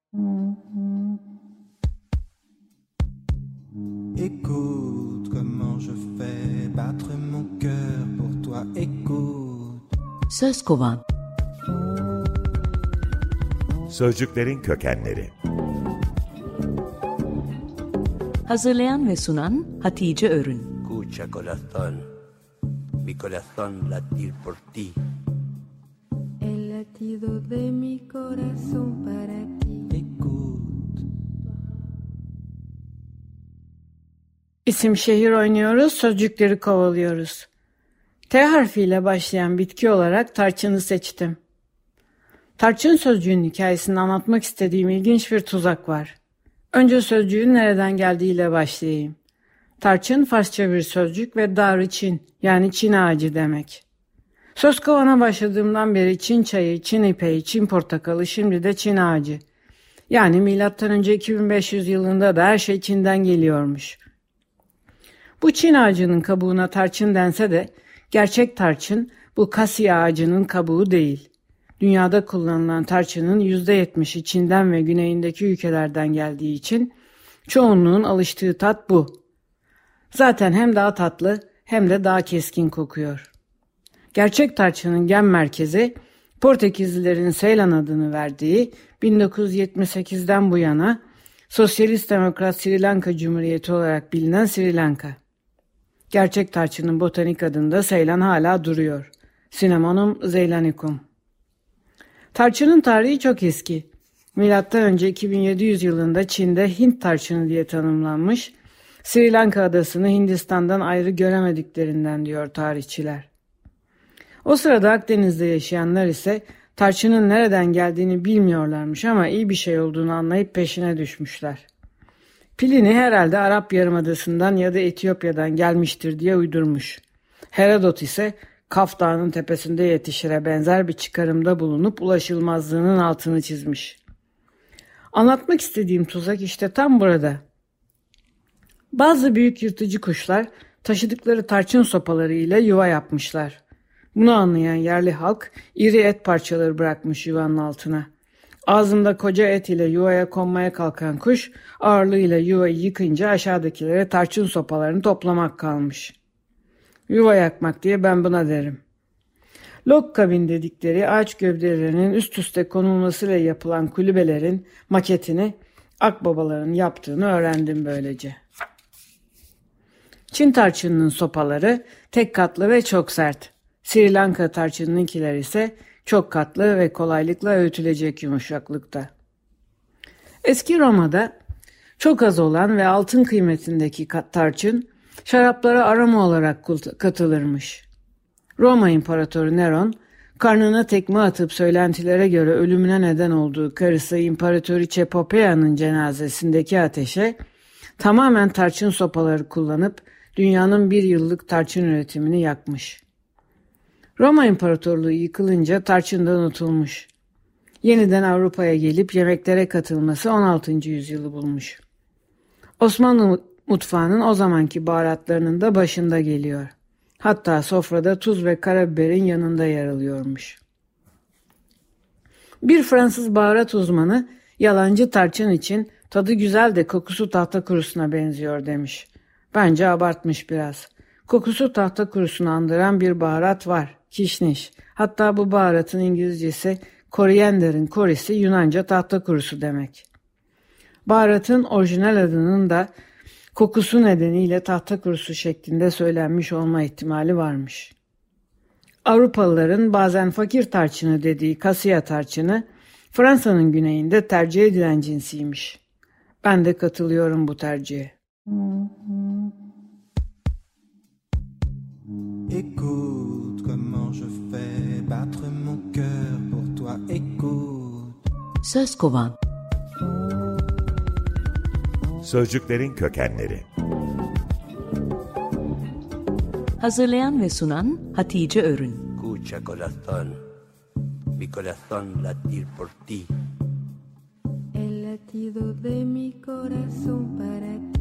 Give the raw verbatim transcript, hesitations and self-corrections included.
Écoute comment je fais battre mon cœur pour toi, écoute. Söz kovan. Sözcüklerin kökenleri. Hazırlayan ve sunan Hatice Örün. Escucha corazón, mi corazón latir por ti. El latido de mi corazón para ti. Écoute. İsim şehir oynuyoruz, sözcükleri kovalıyoruz. T harfiyle başlayan bitki olarak tarçını seçtim. Tarçın sözcüğünün hikayesini anlatmak istediğim ilginç bir tuzak var. Önce sözcüğün nereden geldiğiyle başlayayım. Tarçın Farsça bir sözcük ve dar Çin yani Çin ağacı demek. Söz kovana başladığımdan beri Çin çayı, Çin ipeği, Çin portakalı, şimdi de Çin ağacı. Yani milattan önce iki bin beş yüz yılında da her şey Çin'den geliyormuş. Bu Çin ağacının kabuğuna tarçın dense de gerçek tarçın bu kasya ağacının kabuğu değil. Dünyada kullanılan tarçının yüzde yetmişi Çin'den ve güneyindeki ülkelerden geldiği için çoğunluğun alıştığı tat bu. Zaten hem daha tatlı hem de daha keskin kokuyor. Gerçek tarçının gen merkezi Portekizlilerin Seylan adını verdiği bin dokuz yüz yetmiş sekizden bu yana Sosyalist Demokrat Sri Lanka Cumhuriyeti olarak bilinen Sri Lanka. Gerçek tarçının botanik adında Seylan hala duruyor. Cinnamomum zeylanicum. Tarçının tarihi çok eski. Milattan önce iki bin yedi yüz yılında Çin'de Hint tarçını diye tanımlanmış, Sri Lanka adasını Hindistan'dan ayrı göremediklerinden diyor tarihçiler. O sırada Akdeniz'de yaşayanlar ise tarçının nereden geldiğini bilmiyorlarmış ama iyi bir şey olduğunu anlayıp peşine düşmüşler. Plini herhalde Arap Yarımadası'ndan ya da Etiyopya'dan gelmiştir diye uydurmuş. Herodot ise Kaf Dağı'nın tepesinde yetişire benzer bir çıkarımda bulunup ulaşılmazlığının altını çizmiş. Anlatmak istediğim tuzak işte tam burada. Bazı büyük yırtıcı kuşlar taşıdıkları tarçın sopaları ile yuva yapmışlar. Bunu anlayan yerli halk iri et parçaları bırakmış yuvanın altına. Ağzında koca et ile yuvaya konmaya kalkan kuş ağırlığıyla yuvayı yıkınca aşağıdakilere tarçın sopalarını toplamak kalmış. Yuva yakmak diye ben buna derim. Log cabin dedikleri ağaç gövdelerinin üst üste konulmasıyla yapılan kulübelerin maketini akbabaların yaptığını öğrendim böylece. Çin tarçınının sopaları tek katlı ve çok sert. Sri Lanka tarçınınkiler ise çok katlı ve kolaylıkla öğütülecek yumuşaklıkta. Eski Roma'da çok az olan ve altın kıymetindeki tarçın şaraplara aroma olarak katılırmış. Roma İmparatoru Neron, karnına tekme atıp söylentilere göre ölümüne neden olduğu karısı İmparatoriçe Popeya'nın cenazesindeki ateşe tamamen tarçın sopaları kullanıp dünyanın bir yıllık tarçın üretimini yakmış. Roma İmparatorluğu yıkılınca tarçın da unutulmuş. Yeniden Avrupa'ya gelip yemeklere katılması on altıncı yüzyılı bulmuş. Osmanlı mutfağının o zamanki baharatlarının da başında geliyor. Hatta sofrada tuz ve karabiberin yanında yer alıyormuş. Bir Fransız baharat uzmanı yalancı tarçın için tadı güzel de kokusu tahta kurusuna benziyor demiş. Bence abartmış biraz. Kokusu tahta kurusunu andıran bir baharat var. Kişniş. Hatta bu baharatın İngilizcesi koriyenderin korisi Yunanca tahta kurusu demek. Baharatın orijinal adının da kokusu nedeniyle tahta kurusu şeklinde söylenmiş olma ihtimali varmış. Avrupalıların bazen fakir tarçını dediği kasya tarçını Fransa'nın güneyinde tercih edilen cinsiymiş. Ben de katılıyorum bu tercihe. Écoute comment je fais battre mon cœur pour toi, écoute. Söz kovan. Sözcüklerin kökenleri. Hazırlayan ve sunan Hatice Örün. Escucha corazón, mi corazón latir por ti. El latido de mi corazón para ti.